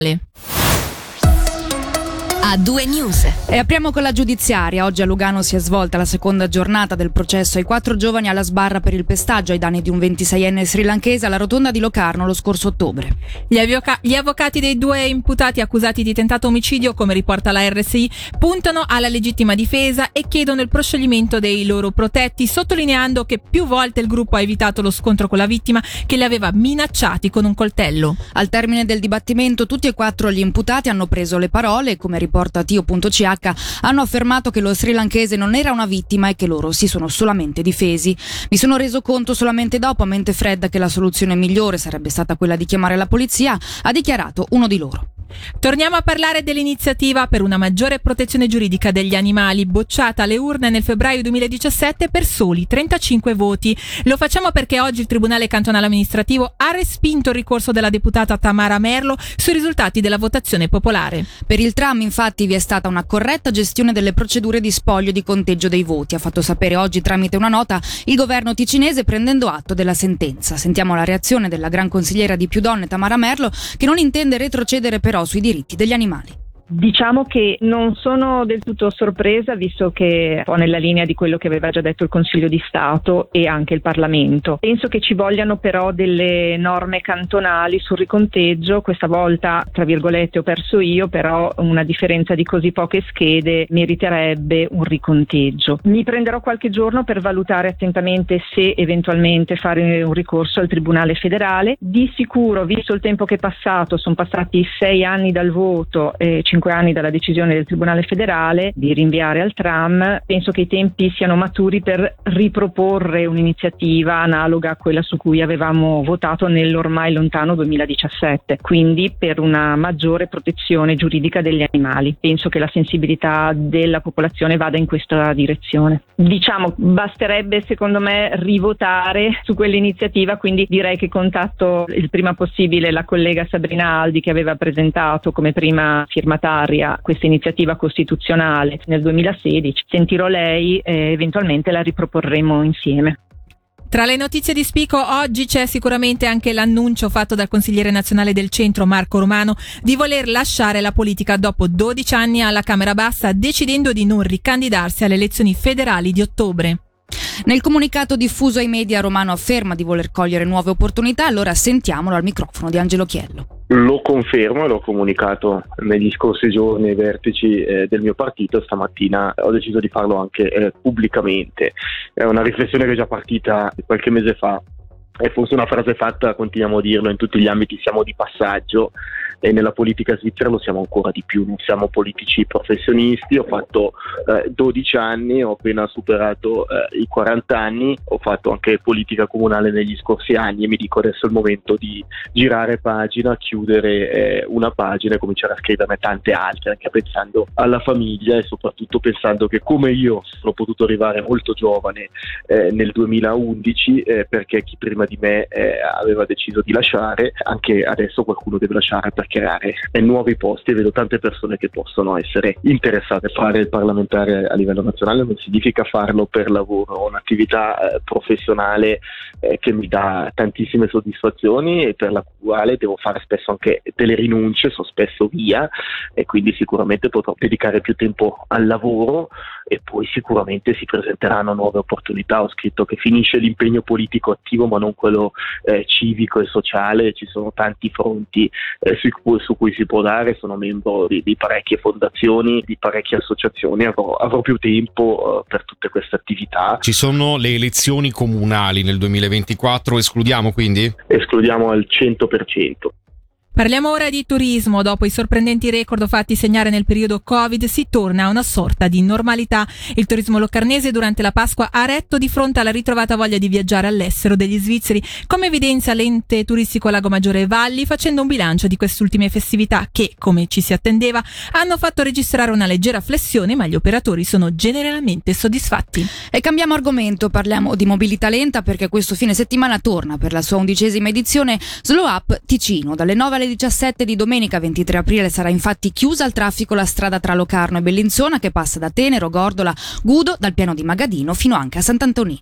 A2 News. E apriamo con la giudiziaria. Oggi a Lugano si è svolta la seconda giornata del processo ai 4 giovani alla sbarra per il pestaggio ai danni di un 26enne srilankese alla rotonda di Locarno lo scorso ottobre. Gli avvocati dei due imputati accusati di tentato omicidio, come riporta la RSI, puntano alla legittima difesa e chiedono il proscioglimento dei loro protetti, sottolineando che più volte il gruppo ha evitato lo scontro con la vittima, che li aveva minacciati con un coltello. Al termine del dibattimento tutti e 4 gli imputati hanno preso le parole e, come riporta Tio.ch, hanno affermato che lo srilankese non era una vittima e che loro si sono solamente difesi. Mi sono reso conto solamente dopo, a mente fredda, che la soluzione migliore sarebbe stata quella di chiamare la polizia, ha dichiarato uno di loro. Torniamo a parlare dell'iniziativa per una maggiore protezione giuridica degli animali, bocciata alle urne nel febbraio 2017 per soli 35 voti. Lo facciamo perché oggi il Tribunale Cantonale Amministrativo ha respinto il ricorso della deputata Tamara Merlo sui risultati della votazione popolare. Per il tram, infatti, vi è stata una corretta gestione delle procedure di spoglio e di conteggio dei voti. Ha fatto sapere oggi tramite una nota il governo ticinese, prendendo atto della sentenza. Sentiamo la reazione della gran consigliera di Più Donne Tamara Merlo, che non intende retrocedere però sui diritti degli animali. Diciamo che non sono del tutto sorpresa, visto che è un po' nella linea di quello che aveva già detto il Consiglio di Stato e anche il Parlamento. Penso che ci vogliano però delle norme cantonali sul riconteggio. Questa volta, tra virgolette, ho perso io, però una differenza di così poche schede meriterebbe un riconteggio. Mi prenderò qualche giorno per valutare attentamente se eventualmente fare un ricorso al Tribunale federale. Di sicuro, visto il tempo che è passato, sono passati 6 anni dal voto, 5 anni dalla decisione del Tribunale federale di rinviare al tram, penso che i tempi siano maturi per riproporre un'iniziativa analoga a quella su cui avevamo votato nell'ormai lontano 2017, quindi per una maggiore protezione giuridica degli animali. Penso che la sensibilità della popolazione vada in questa direzione. Diciamo, basterebbe secondo me rivotare su quell'iniziativa, quindi direi che contatto il prima possibile la collega Sabrina Aldi, che aveva presentato come prima firmataria questa iniziativa costituzionale nel 2016. Sentirò lei e eventualmente la riproporremo insieme. Tra le notizie di spicco oggi c'è sicuramente anche l'annuncio fatto dal consigliere nazionale del centro Marco Romano di voler lasciare la politica dopo 12 anni alla Camera Bassa, decidendo di non ricandidarsi alle elezioni federali di ottobre. Nel comunicato diffuso ai media, Romano afferma di voler cogliere nuove opportunità. Allora sentiamolo al microfono di Angelo Chiello. Lo confermo e l'ho comunicato negli scorsi giorni ai vertici del mio partito. Stamattina ho deciso di farlo anche pubblicamente. È una riflessione che è già partita qualche mese fa. È forse una frase fatta, continuiamo a dirlo in tutti gli ambiti, siamo di passaggio, e nella politica svizzera lo siamo ancora di più, non siamo politici professionisti. Ho fatto 12 anni, ho appena superato i 40 anni, ho fatto anche politica comunale negli scorsi anni e mi dico adesso è il momento di girare pagina, chiudere una pagina e cominciare a scriverne tante altre, anche pensando alla famiglia e soprattutto pensando che come io sono potuto arrivare molto giovane nel 2011 perché chi prima di me aveva deciso di lasciare, anche adesso qualcuno deve lasciare per creare nuovi posti, e vedo tante persone che possono essere interessate. Fare il parlamentare a livello nazionale non significa farlo per lavoro, ho un'attività professionale che mi dà tantissime soddisfazioni e per la quale devo fare spesso anche delle rinunce, sono spesso via e quindi sicuramente potrò dedicare più tempo al lavoro e poi sicuramente si presenteranno nuove opportunità. Ho scritto che finisce l'impegno politico attivo ma non quello civico e sociale, ci sono tanti fronti su cui si può dare, sono membro di parecchie fondazioni, di parecchie associazioni, avrò più tempo per tutte queste attività. Ci sono le elezioni comunali nel 2024, escludiamo quindi? Escludiamo al 100%. Parliamo ora di turismo. Dopo i sorprendenti record fatti segnare nel periodo Covid, si torna a una sorta di normalità. Il turismo locarnese durante la Pasqua ha retto di fronte alla ritrovata voglia di viaggiare all'estero degli svizzeri, come evidenzia l'ente turistico Lago Maggiore Valli, facendo un bilancio di quest'ultime festività che, come ci si attendeva, hanno fatto registrare una leggera flessione, ma gli operatori sono generalmente soddisfatti. E cambiamo argomento, parliamo di mobilità lenta perché questo fine settimana torna per la sua 11ª edizione Slow Up Ticino. Dalle 9 alle 17 di domenica 23 aprile sarà infatti chiusa al traffico la strada tra Locarno e Bellinzona, che passa da Tenero, Gordola, Gudo, dal piano di Magadino fino anche a Sant'Antonino.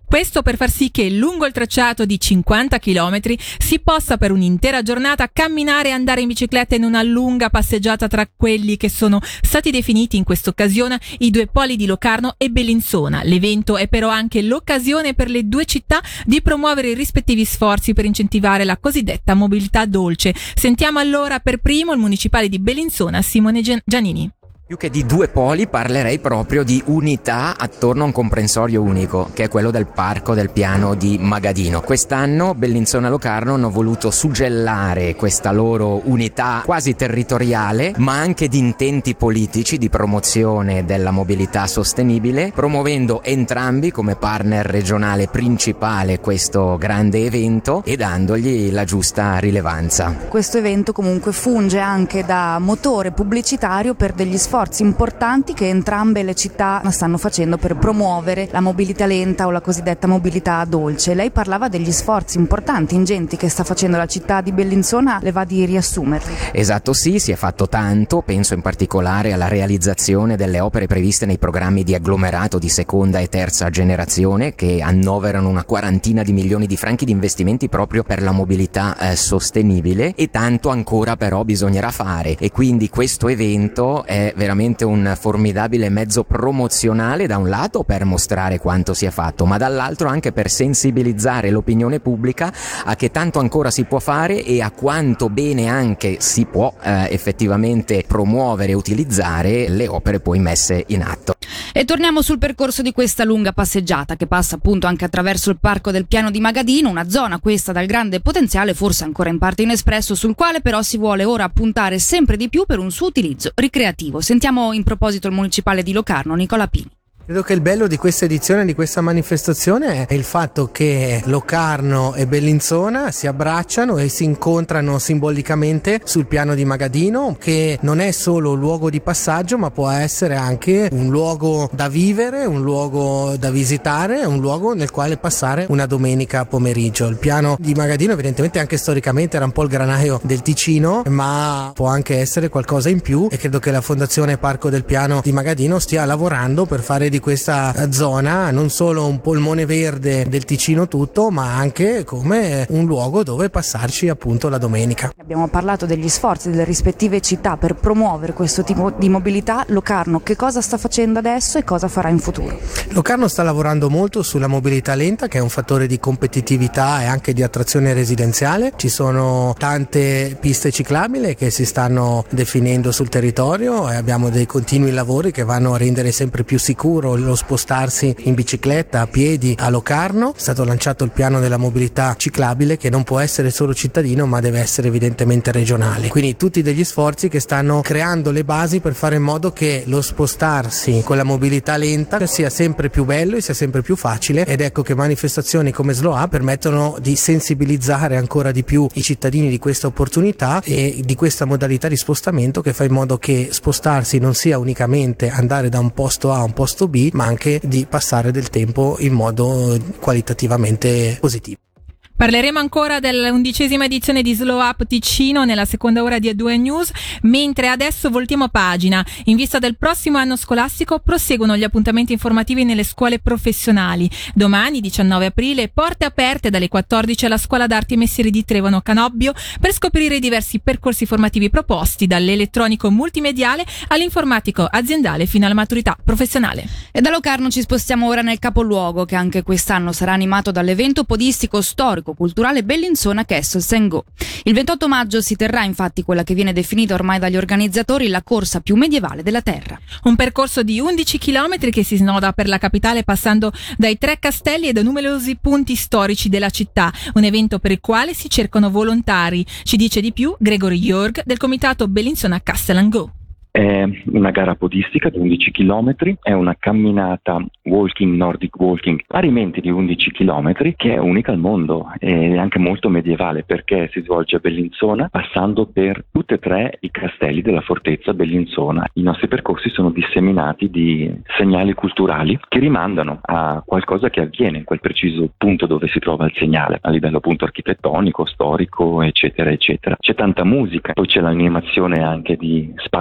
Questo per far sì che lungo il tracciato di 50 km si possa per un'intera giornata camminare e andare in bicicletta in una lunga passeggiata tra quelli che sono stati definiti in questa occasione i due poli di Locarno e Bellinzona. L'evento è però anche l'occasione per le due città di promuovere i rispettivi sforzi per incentivare la cosiddetta mobilità dolce. Sentiamo allora per primo il municipale di Bellinzona, Simone Giannini. Più che di due poli parlerei proprio di unità attorno a un comprensorio unico, che è quello del parco del piano di Magadino. Quest'anno Bellinzona e Locarno hanno voluto suggellare questa loro unità quasi territoriale, ma anche di intenti politici di promozione della mobilità sostenibile, promuovendo entrambi come partner regionale principale questo grande evento e dandogli la giusta rilevanza. Questo evento comunque funge anche da motore pubblicitario per degli sforzi importanti che entrambe le città stanno facendo per promuovere la mobilità lenta o la cosiddetta mobilità dolce. Lei parlava degli sforzi importanti, ingenti che sta facendo la città di Bellinzona, le va di riassumerli? Esatto, sì, si è fatto tanto, penso in particolare alla realizzazione delle opere previste nei programmi di agglomerato di seconda e terza generazione che annoverano una quarantina di milioni di franchi di investimenti proprio per la mobilità sostenibile, e tanto ancora però bisognerà fare, e quindi questo evento è veramente un formidabile mezzo promozionale, da un lato per mostrare quanto si è fatto, ma dall'altro anche per sensibilizzare l'opinione pubblica a che tanto ancora si può fare e a quanto bene anche si può effettivamente promuovere e utilizzare le opere poi messe in atto. E torniamo sul percorso di questa lunga passeggiata che passa appunto anche attraverso il parco del piano di Magadino, una zona questa dal grande potenziale, forse ancora in parte inespresso, sul quale però si vuole ora puntare sempre di più per un suo utilizzo ricreativo. Sentiamo in proposito il municipale di Locarno, Nicola Pini. Credo che il bello di questa edizione, di questa manifestazione, è il fatto che Locarno e Bellinzona si abbracciano e si incontrano simbolicamente sul piano di Magadino, che non è solo un luogo di passaggio, ma può essere anche un luogo da vivere, un luogo da visitare, un luogo nel quale passare una domenica pomeriggio. Il piano di Magadino evidentemente anche storicamente era un po' il granaio del Ticino, ma può anche essere qualcosa in più, e credo che la Fondazione Parco del Piano di Magadino stia lavorando per fare di questa zona non solo un polmone verde del Ticino tutto, ma anche come un luogo dove passarci appunto la domenica. Abbiamo parlato degli sforzi delle rispettive città per promuovere questo tipo di mobilità. Locarno che cosa sta facendo adesso e cosa farà in futuro? Locarno sta lavorando molto sulla mobilità lenta, che è un fattore di competitività e anche di attrazione residenziale. Ci sono tante piste ciclabili che si stanno definendo sul territorio e abbiamo dei continui lavori che vanno a rendere sempre più sicuro lo spostarsi in bicicletta, a piedi a Locarno. È stato lanciato il piano della mobilità ciclabile, che non può essere solo cittadino ma deve essere evidentemente regionale. Quindi tutti degli sforzi che stanno creando le basi per fare in modo che lo spostarsi con la mobilità lenta sia sempre più bello e sia sempre più facile, ed ecco che manifestazioni come SLOA permettono di sensibilizzare ancora di più i cittadini di questa opportunità e di questa modalità di spostamento, che fa in modo che spostarsi non sia unicamente andare da un posto A a un posto B, ma anche di passare del tempo in modo qualitativamente positivo. Parleremo ancora dell'11ª edizione di Slow Up Ticino nella seconda ora di A2 News, mentre adesso voltiamo pagina. In vista del prossimo anno scolastico proseguono gli appuntamenti informativi nelle scuole professionali. Domani, 19 aprile, porte aperte dalle 14 alla Scuola d'Arti e Mestieri di Trevano Canobbio per scoprire i diversi percorsi formativi proposti, dall'elettronico multimediale all'informatico aziendale fino alla maturità professionale. E da Locarno ci spostiamo ora nel capoluogo, che anche quest'anno sarà animato dall'evento podistico storico culturale Bellinzona Castle & Go. Il 28 maggio si terrà infatti quella che viene definita ormai dagli organizzatori la corsa più medievale della terra. Un percorso di 11 chilometri che si snoda per la capitale passando dai 3 castelli e da numerosi punti storici della città. Un evento per il quale si cercano volontari. Ci dice di più Gregory Jorg del comitato Bellinzona Castle & Go. È una gara podistica di 11 km, è una camminata walking, Nordic walking, parimenti di 11 km, che è unica al mondo e anche molto medievale, perché si svolge a Bellinzona passando per tutti e 3 i castelli della fortezza Bellinzona. I nostri percorsi sono disseminati di segnali culturali che rimandano a qualcosa che avviene in quel preciso punto dove si trova il segnale, a livello appunto architettonico, storico, eccetera, eccetera. C'è tanta musica, poi c'è l'animazione anche di Spara nella Roccia,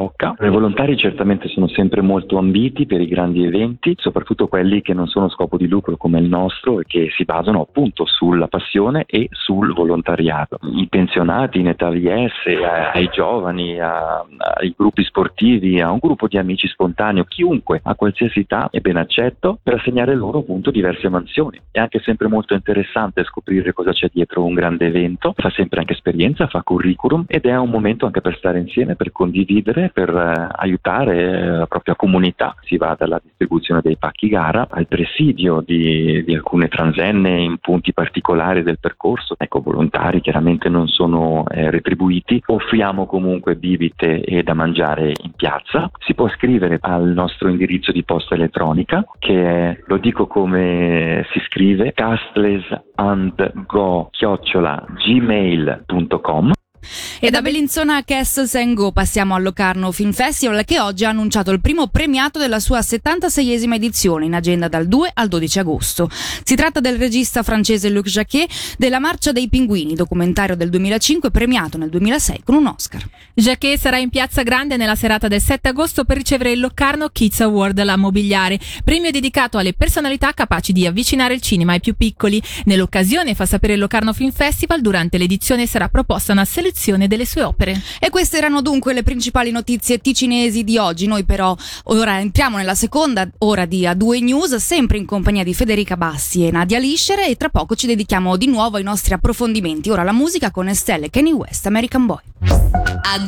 Rocca. I volontari certamente sono sempre molto ambiti per i grandi eventi, soprattutto quelli che non sono a scopo di lucro come il nostro e che si basano appunto sulla passione e sul volontariato. I pensionati in età VS, ai giovani, ai gruppi sportivi, a un gruppo di amici spontaneo, chiunque a qualsiasi età è ben accetto per assegnare loro appunto diverse mansioni. È anche sempre molto interessante scoprire cosa c'è dietro un grande evento, fa sempre anche esperienza, fa curriculum ed è un momento anche per stare insieme, per condividere, per aiutare la propria comunità. Si va dalla distribuzione dei pacchi gara al presidio di alcune transenne in punti particolari del percorso. Ecco, volontari chiaramente non sono retribuiti, offriamo comunque bibite e da mangiare in piazza. Si può scrivere al nostro indirizzo di posta elettronica che è, lo dico come si scrive, castlesandgo@gmail.com. E da Bellinzona a Castles & Go passiamo al Locarno Film Festival, che oggi ha annunciato il primo premiato della sua 76esima edizione, in agenda dal 2 al 12 agosto. Si tratta del regista francese Luc Jacquet della Marcia dei Pinguini, documentario del 2005 premiato nel 2006 con un Oscar. Jacquet sarà in Piazza Grande nella serata del 7 agosto per ricevere il Locarno Kids Award, la Mobiliare, premio dedicato alle personalità capaci di avvicinare il cinema ai più piccoli. Nell'occasione, fa sapere il Locarno Film Festival, durante l'edizione sarà proposta una selezione delle sue opere. E queste erano dunque le principali notizie ticinesi di oggi. Noi però ora entriamo nella seconda ora di A2 News, sempre in compagnia di Federica Bassi e Nadia Liscere, e tra poco ci dedichiamo di nuovo ai nostri approfondimenti. Ora la musica con Estelle e Kanye West, American Boy.